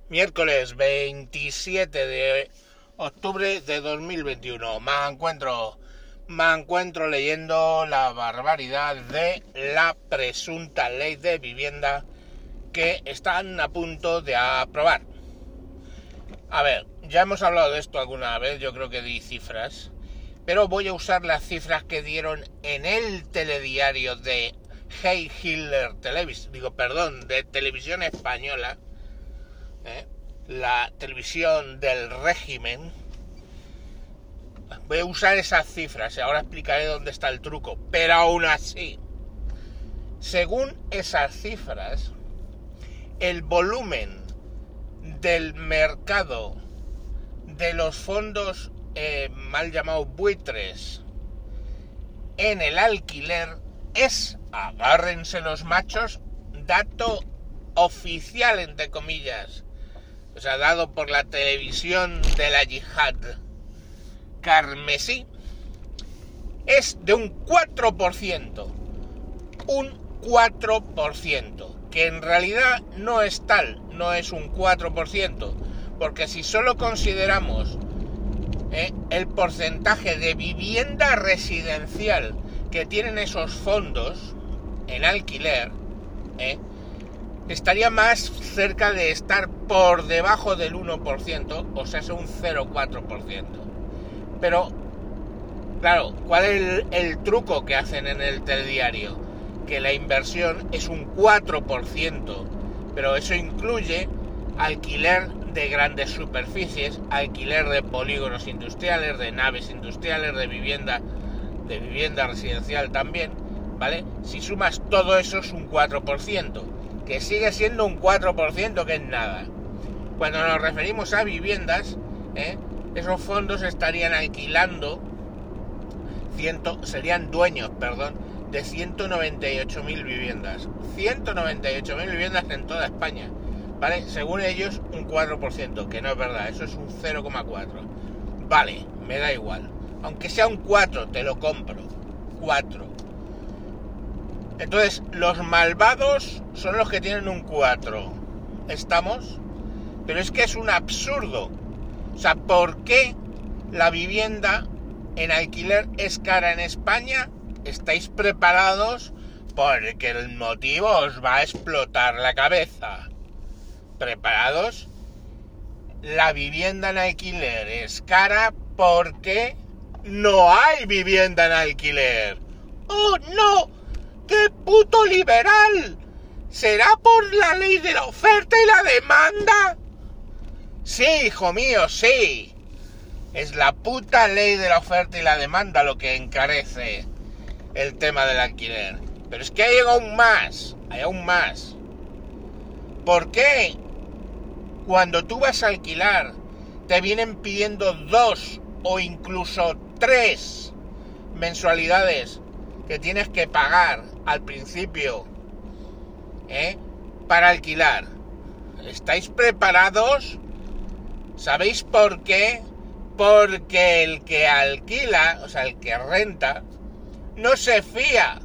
Miércoles 27 de octubre de 2021. Me encuentro leyendo la barbaridad de la presunta ley de vivienda que están a punto de aprobar. A ver, ya hemos hablado de esto alguna vez, yo creo que di cifras, pero voy a usar las cifras que dieron en el telediario de Hey Hitler de Televisión Española, la televisión del régimen. Voy a usar esas cifras y ahora explicaré dónde está el truco, pero aún así, según esas cifras, el volumen del mercado de los fondos mal llamados buitres en el alquiler es, agárrense los machos, dato oficial entre comillas, o sea, dado por la televisión de la yihad carmesí, es de un 4%, que en realidad no es tal, no es un 4%, porque si solo consideramos el porcentaje de vivienda residencial que tienen esos fondos en alquiler, estaría más cerca de estar por debajo del 1%, o sea, es un 0,4%. Pero, claro, ¿cuál es el truco que hacen en el telediario? Que la inversión es un 4%, pero eso incluye alquiler de grandes superficies, alquiler de polígonos industriales, de naves industriales, de vivienda residencial también, ¿vale? Si sumas todo eso es un 4%, que sigue siendo un 4%, que es nada. Cuando nos referimos a viviendas, esos fondos estarían alquilando, serían dueños, de 198.000 viviendas. 198.000 viviendas en toda España, ¿vale? Según ellos, un 4%, que no es verdad, eso es un 0,4%. Vale, me da igual. Aunque sea un 4, te lo compro. 4. Entonces, los malvados son los que tienen un 4. ¿Estamos? Pero es que es un absurdo. O sea, ¿por qué la vivienda en alquiler es cara en España? ¿Estáis preparados? Porque el motivo os va a explotar la cabeza. ¿Preparados? La vivienda en alquiler es cara porque no hay vivienda en alquiler. ¡Oh, no! ¡Qué puto liberal! ¿Será por la ley de la oferta y la demanda? Sí, hijo mío, sí. Es la puta ley de la oferta y la demanda lo que encarece el tema del alquiler. Pero es que hay aún más. ¿Por qué cuando tú vas a alquilar te vienen pidiendo 2 o incluso 3 mensualidades que tienes que pagar al principio, para alquilar? ¿Estáis preparados? ¿Sabéis por qué? Porque el que alquila, o sea, el que renta, no se fía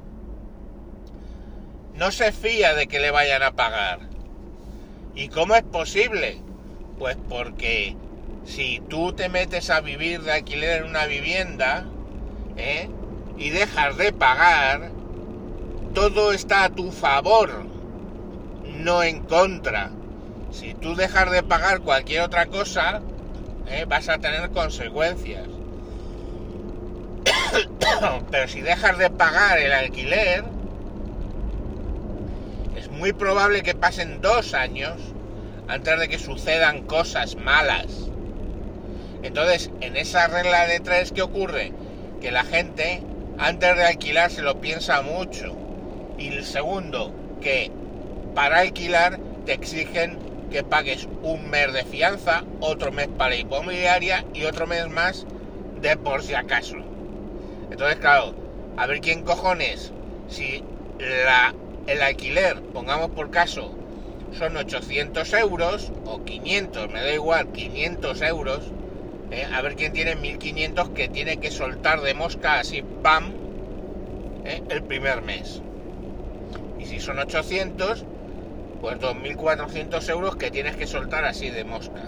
de que le vayan a pagar. ¿Y cómo es posible? Pues porque si tú te metes a vivir de alquiler en una vivienda, y dejas de pagar, todo está a tu favor, no en contra. Si tú dejas de pagar cualquier otra cosa, vas a tener consecuencias. Pero si dejas de pagar el alquiler, es muy probable que pasen 2 años antes de que sucedan cosas malas. Entonces, en esa regla de 3, ¿qué ocurre? Que la gente, antes de alquilar, se lo piensa mucho. Y el segundo, que para alquilar te exigen que pagues un mes de fianza, otro mes para inmobiliaria y otro mes más de por si acaso. Entonces, claro, a ver quién cojones, si el alquiler, pongamos por caso, son 800 euros o 500, me da igual, 500 euros, a ver quién tiene 1.500 que tiene que soltar de mosca así, ¡pam!, el primer mes. Y si son 800, Pues 2.400 euros que tienes que soltar así de mosca.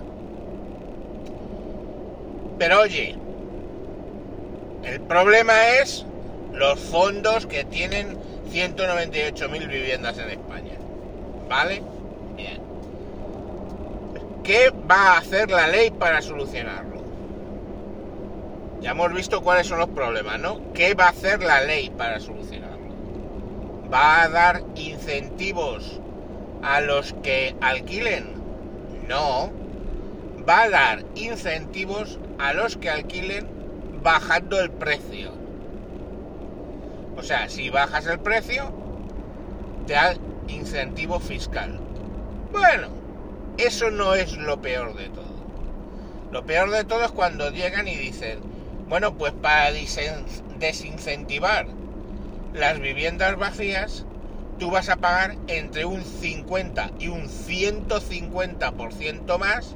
Pero oye, el problema es los fondos que tienen 198.000 viviendas en España. ¿Vale? Bien. ¿Qué va a hacer la ley para solucionarlo? Ya hemos visto cuáles son los problemas, ¿no? ¿Qué va a hacer la ley para solucionarlo? ¿Va a dar incentivos a los que alquilen? No. Va a dar incentivos a los que alquilen bajando el precio. O sea, si bajas el precio, te da incentivo fiscal. Bueno, eso no es lo peor de todo. Lo peor de todo es cuando llegan y dicen, bueno, pues para desincentivar las viviendas vacías, tú vas a pagar entre un 50 y un 150% más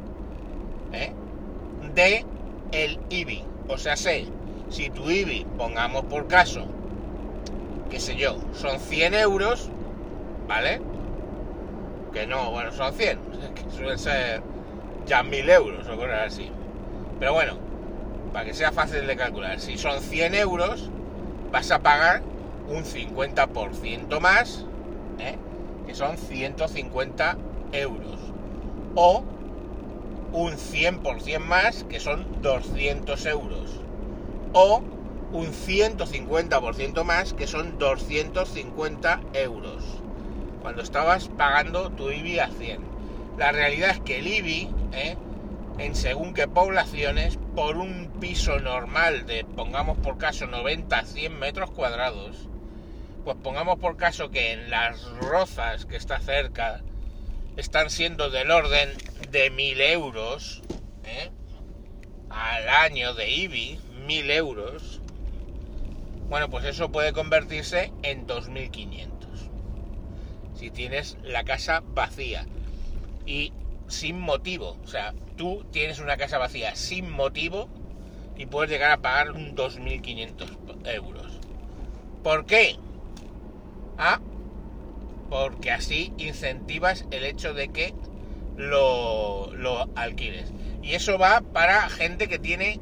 de el IBI. O sea, si tu IBI, pongamos por caso, qué sé yo, son 100 euros, ¿vale? Que no, bueno, son 100, que suelen ser ya 1.000 euros o cosas así. Pero bueno, para que sea fácil de calcular, si son 100 euros, vas a pagar un 50% más, que son 150 euros. O un 100% más, que son 200 euros. O un 150% más, que son 250 euros. Cuando estabas pagando tu IBI a 100. La realidad es que el IBI, en según qué poblaciones, por un piso normal de, pongamos por caso, 90 a 100 metros cuadrados, pues pongamos por caso que en Las Rozas, que está cerca, están siendo del orden de 1.000 euros al año de IBI, 1.000 euros, bueno, pues eso puede convertirse en 2.500 si tienes la casa vacía y sin motivo. O sea, tú tienes una casa vacía sin motivo y puedes llegar a pagar un 2.500 euros. ¿Por qué? Porque así incentivas el hecho de que lo alquiles. Y eso va para gente que tiene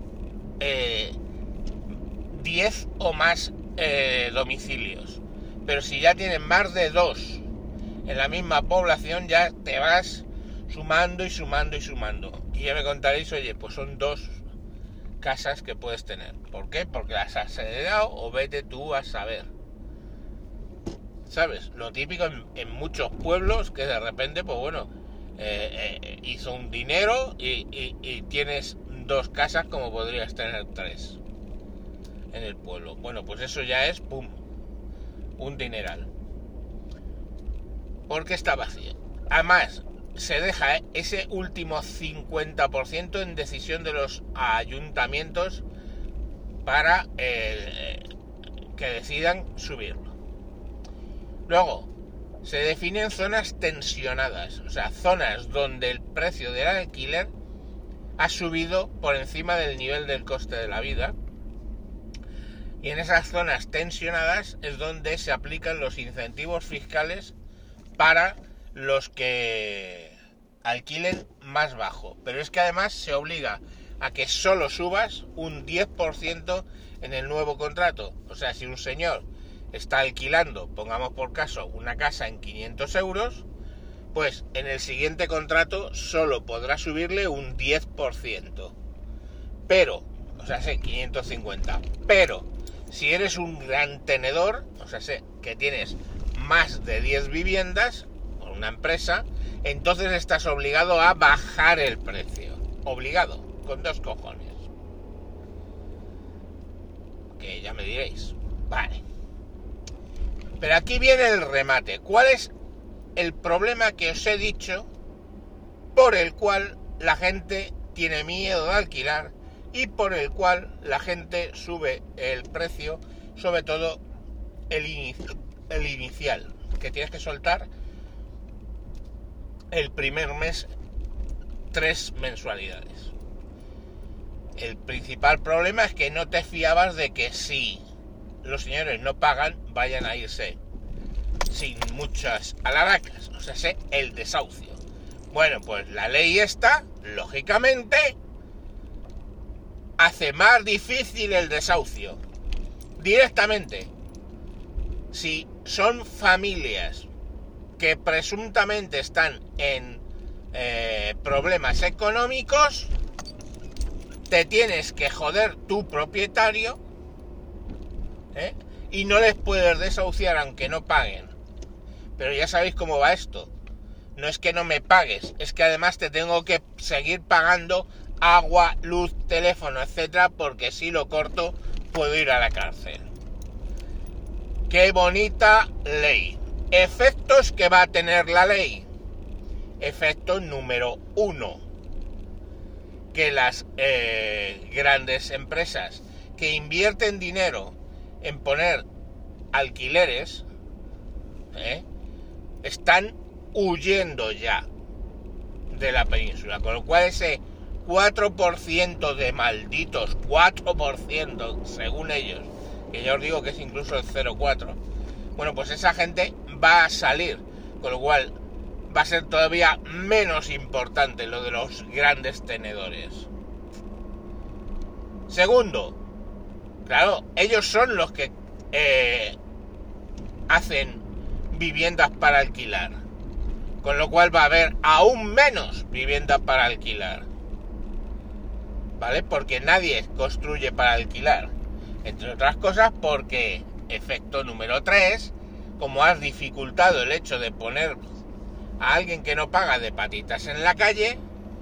10 o más domicilios. Pero si ya tienen más de 2 en la misma población, ya te vas sumando y sumando y sumando. Y ya me contaréis, oye, pues son 2 casas que puedes tener. ¿Por qué? Porque las has heredado o vete tú a saber. ¿Sabes? Lo típico en muchos pueblos que de repente, pues bueno, hizo un dinero y tienes 2 casas como podrías tener 3 en el pueblo. Bueno, pues eso ya es, ¡pum!, un dineral. Porque está vacío. Además, se deja ese último 50% en decisión de los ayuntamientos para que decidan subirlo. Luego, se definen zonas tensionadas, o sea, zonas donde el precio del alquiler ha subido por encima del nivel del coste de la vida. Y en esas zonas tensionadas es donde se aplican los incentivos fiscales para los que alquilen más bajo. Pero es que además se obliga a que solo subas un 10% en el nuevo contrato. O sea, si un señor está alquilando, pongamos por caso, una casa en 500 euros, pues en el siguiente contrato solo podrá subirle un 10%. Pero, o sea, 550. Pero, si eres un gran tenedor, o sea, que tienes más de 10 viviendas, o una empresa, entonces estás obligado a bajar el precio. Obligado, con 2 cojones. Que ya me diréis. Vale. Pero aquí viene el remate. ¿Cuál es el problema que os he dicho por el cual la gente tiene miedo de alquilar y por el cual la gente sube el precio, sobre todo el inicial, que tienes que soltar el primer mes 3 mensualidades? El principal problema es que no te fiabas de que si los señores no pagan, vayan a irse. sin muchas alaracas, o sea, sé el desahucio. Bueno, pues la ley esta, lógicamente, hace más difícil el desahucio. Directamente, si son familias que presuntamente están en problemas económicos, te tienes que joder tu propietario, y no les puedes desahuciar aunque no paguen. Pero ya sabéis cómo va esto. No es que no me pagues, es que además te tengo que seguir pagando agua, luz, teléfono, etcétera, porque si lo corto puedo ir a la cárcel. ¡Qué bonita ley! Efectos que va a tener la ley. Efecto número 1. Que las grandes empresas que invierten dinero en poner alquileres, están huyendo ya de la península, con lo cual ese 4% de malditos, 4% según ellos, que ya os digo que es incluso el 0,4, bueno, pues esa gente va a salir, con lo cual va a ser todavía menos importante lo de los grandes tenedores. Segundo, claro, ellos son los que hacen viviendas para alquilar, con lo cual va a haber aún menos viviendas para alquilar, ¿vale? Porque nadie construye para alquilar, entre otras cosas porque, efecto número 3, como has dificultado el hecho de poner a alguien que no paga de patitas en la calle,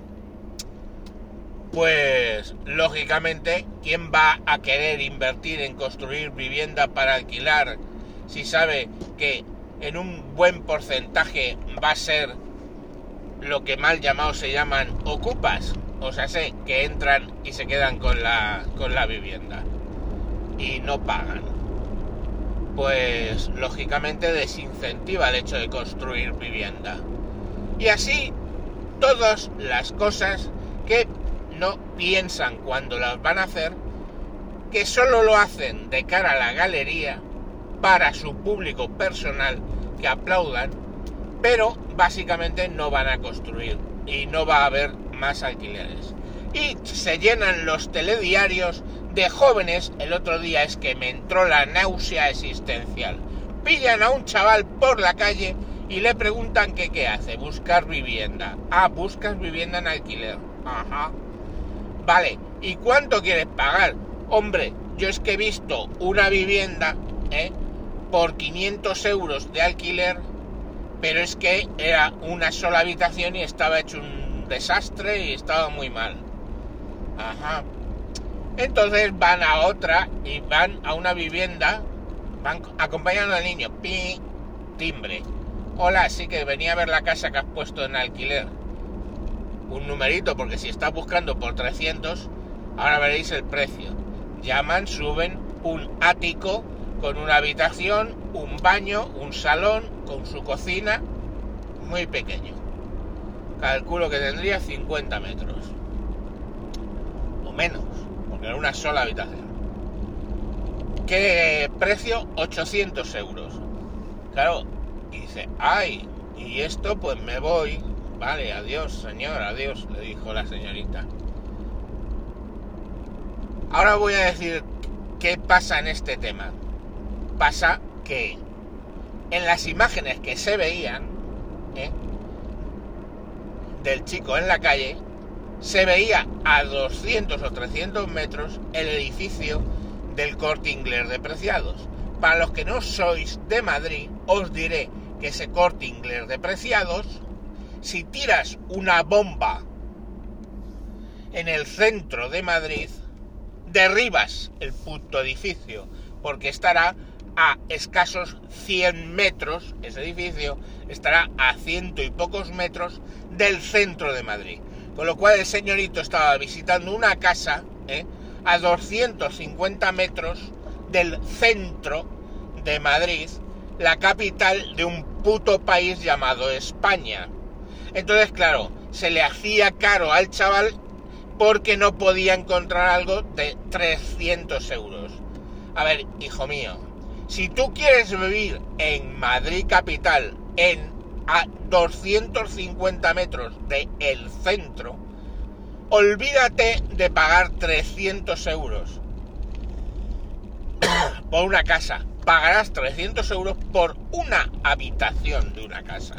pues lógicamente, ¿quién va a querer invertir en construir vivienda para alquilar si sabe que en un buen porcentaje va a ser lo que mal llamados se llaman ocupas? O sea, sé que entran y se quedan con la vivienda y no pagan. Pues lógicamente desincentiva el hecho de construir vivienda. Y así todas las cosas que no piensan cuando las van a hacer, que solo lo hacen de cara a la galería para su público personal, que aplaudan, pero básicamente no van a construir y no va a haber más alquileres. Y se llenan los telediarios de jóvenes. El otro día es que me entró la náusea existencial. Pillan a un chaval por la calle y le preguntan que qué hace. Buscar vivienda. Ah, buscas vivienda en alquiler. Ajá. Vale, ¿y cuánto quieres pagar? Hombre, yo es que he visto una vivienda, por 500 euros de alquiler, pero es que era una sola habitación y estaba hecho un desastre y estaba muy mal. Ajá. Entonces van a otra y van a una vivienda, van acompañando al niño, pi, timbre. Hola, sí que venía a ver la casa que has puesto en alquiler. Un numerito, porque si estás buscando por 300, ahora veréis el precio. Llaman, suben un ático con una habitación, un baño, un salón, con su cocina, muy pequeño. Calculo que tendría 50 metros. O menos, porque era una sola habitación. ¿Qué precio? 800 euros. Claro, y dice, ay, y esto pues me voy. Vale, adiós, señor, adiós, le dijo la señorita. Ahora voy a decir qué pasa en este tema. Pasa que en las imágenes que se veían, del chico en la calle, se veía a 200 o 300 metros el edificio del Corte Inglés de Preciados. Para los que no sois de Madrid, os diré que ese Corte Inglés de Preciados, si tiras una bomba en el centro de Madrid, derribas el puto edificio, porque estará a escasos 100 metros, ese edificio estará a 100 y pocos metros del centro de Madrid. Con lo cual el señorito estaba visitando una casa, a 250 metros del centro de Madrid, la capital de un puto país llamado España. Entonces, claro, se le hacía caro al chaval porque no podía encontrar algo de 300 euros. A ver, hijo mío, Si tú quieres vivir en Madrid capital, a 250 metros del centro, olvídate de pagar 300 euros por una casa. Pagarás 300 euros por una habitación de una casa.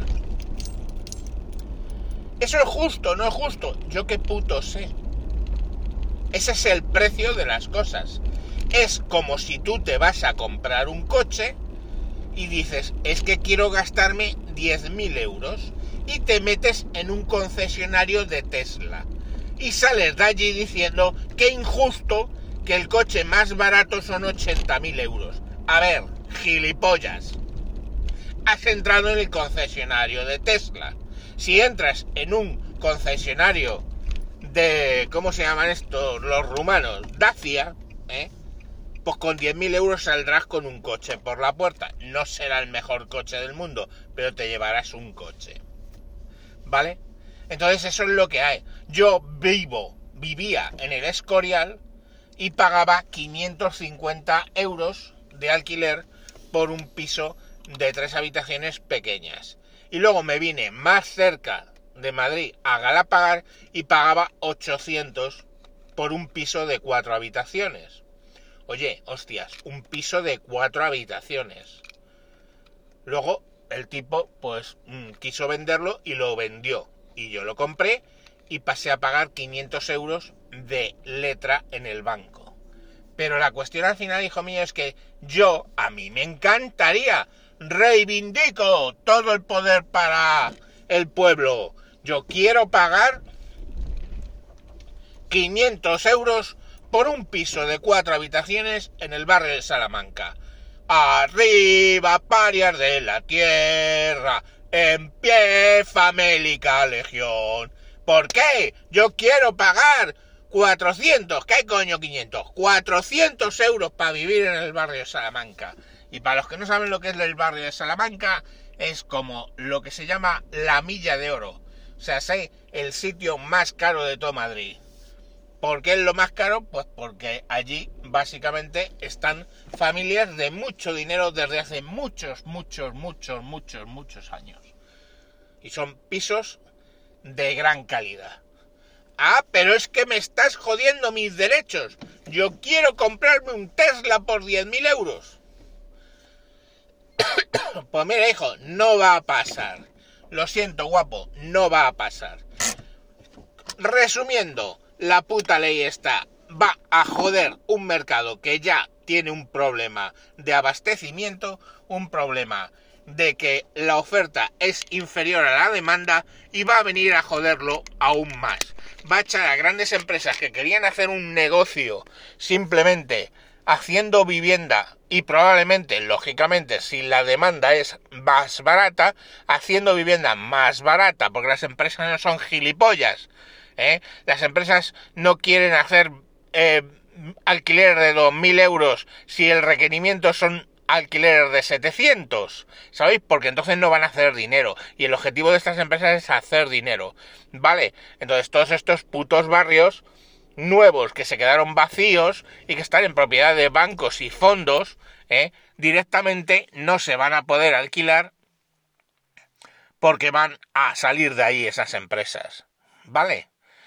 ¿Eso es justo? ¿No es justo? Yo qué puto sé. Ese es el precio de las cosas. Es como si tú te vas a comprar un coche y dices, es que quiero gastarme 10.000 euros y te metes en un concesionario de Tesla y sales de allí diciendo que injusto que el coche más barato son 80.000 euros. A ver, gilipollas, has entrado en el concesionario de Tesla. Si entras en un concesionario de, ¿cómo se llaman estos? Los rumanos, Dacia, pues con 10.000 euros saldrás con un coche por la puerta. No será el mejor coche del mundo, pero te llevarás un coche. ¿Vale? Entonces eso es lo que hay. Yo vivía en el Escorial y pagaba 550 euros de alquiler por un piso de 3 habitaciones pequeñas. Y luego me vine más cerca de Madrid a Galapagar y pagaba 800 por un piso de 4 habitaciones. Oye, hostias, un piso de 4 habitaciones. Luego el tipo pues quiso venderlo y lo vendió. Y yo lo compré y pasé a pagar 500 euros de letra en el banco. Pero la cuestión al final, hijo mío, es que a mí me encantaría, reivindico todo el poder para el pueblo. Yo quiero pagar 500 euros por un piso de 4 habitaciones en el barrio de Salamanca. Arriba, parias de la tierra, en pie, famélica legión. ¿Por qué? Yo quiero pagar 400, ¿qué coño 500? 400 euros para vivir en el barrio de Salamanca. Y para los que no saben lo que es el barrio de Salamanca, es como lo que se llama la Milla de Oro. O sea, es el sitio más caro de todo Madrid. ¿Por qué es lo más caro? Pues porque allí básicamente están familias de mucho dinero desde hace muchos años. Y son pisos de gran calidad. Ah, pero es que me estás jodiendo mis derechos. Yo quiero comprarme un Tesla por 10.000 euros. Pues mira, hijo, no va a pasar. Lo siento, guapo, no va a pasar. Resumiendo, la puta ley esta va a joder un mercado que ya tiene un problema de abastecimiento, un problema de que la oferta es inferior a la demanda y va a venir a joderlo aún más. Va a echar a grandes empresas que querían hacer un negocio simplemente haciendo vivienda y probablemente, lógicamente, si la demanda es más barata, haciendo vivienda más barata, porque las empresas no son gilipollas. Las empresas no quieren hacer alquiler de 2.000 euros si el requerimiento son alquileres de 700, ¿sabéis? Porque entonces no van a hacer dinero, y el objetivo de estas empresas es hacer dinero, ¿vale? Entonces todos estos putos barrios nuevos que se quedaron vacíos y que están en propiedad de bancos y fondos, directamente no se van a poder alquilar porque van a salir de ahí esas empresas, ¿vale?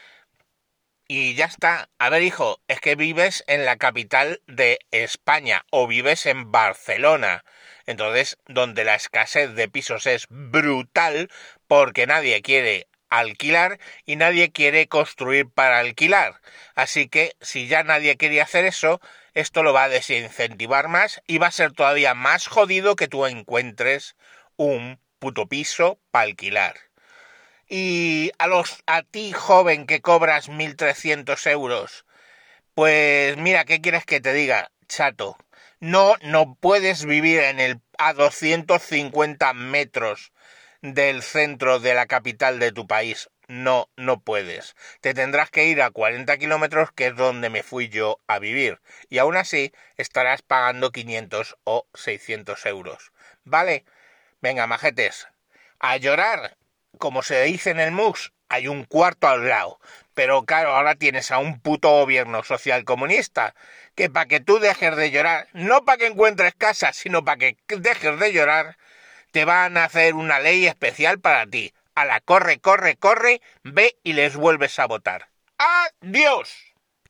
Y ya está. A ver, hijo, es que vives en la capital de España o vives en Barcelona. Entonces, donde la escasez de pisos es brutal porque nadie quiere alquilar y nadie quiere construir para alquilar. Así que, si ya nadie quería hacer eso, esto lo va a desincentivar más y va a ser todavía más jodido que tú encuentres un puto piso para alquilar. Y a ti, joven, que cobras 1.300 euros, pues mira, ¿qué quieres que te diga, chato? No puedes vivir a 250 metros del centro de la capital de tu país. No puedes. Te tendrás que ir a 40 kilómetros, que es donde me fui yo a vivir. Y aún así estarás pagando 500 o 600 euros. ¿Vale? Venga, majetes, a llorar, como se dice en el MUX, hay un cuarto al lado. Pero claro, ahora tienes a un puto gobierno socialcomunista que para que tú dejes de llorar, no para que encuentres casa, sino para que dejes de llorar, te van a hacer una ley especial para ti. A la corre, corre, corre, ve y les vuelves a votar. ¡Adiós!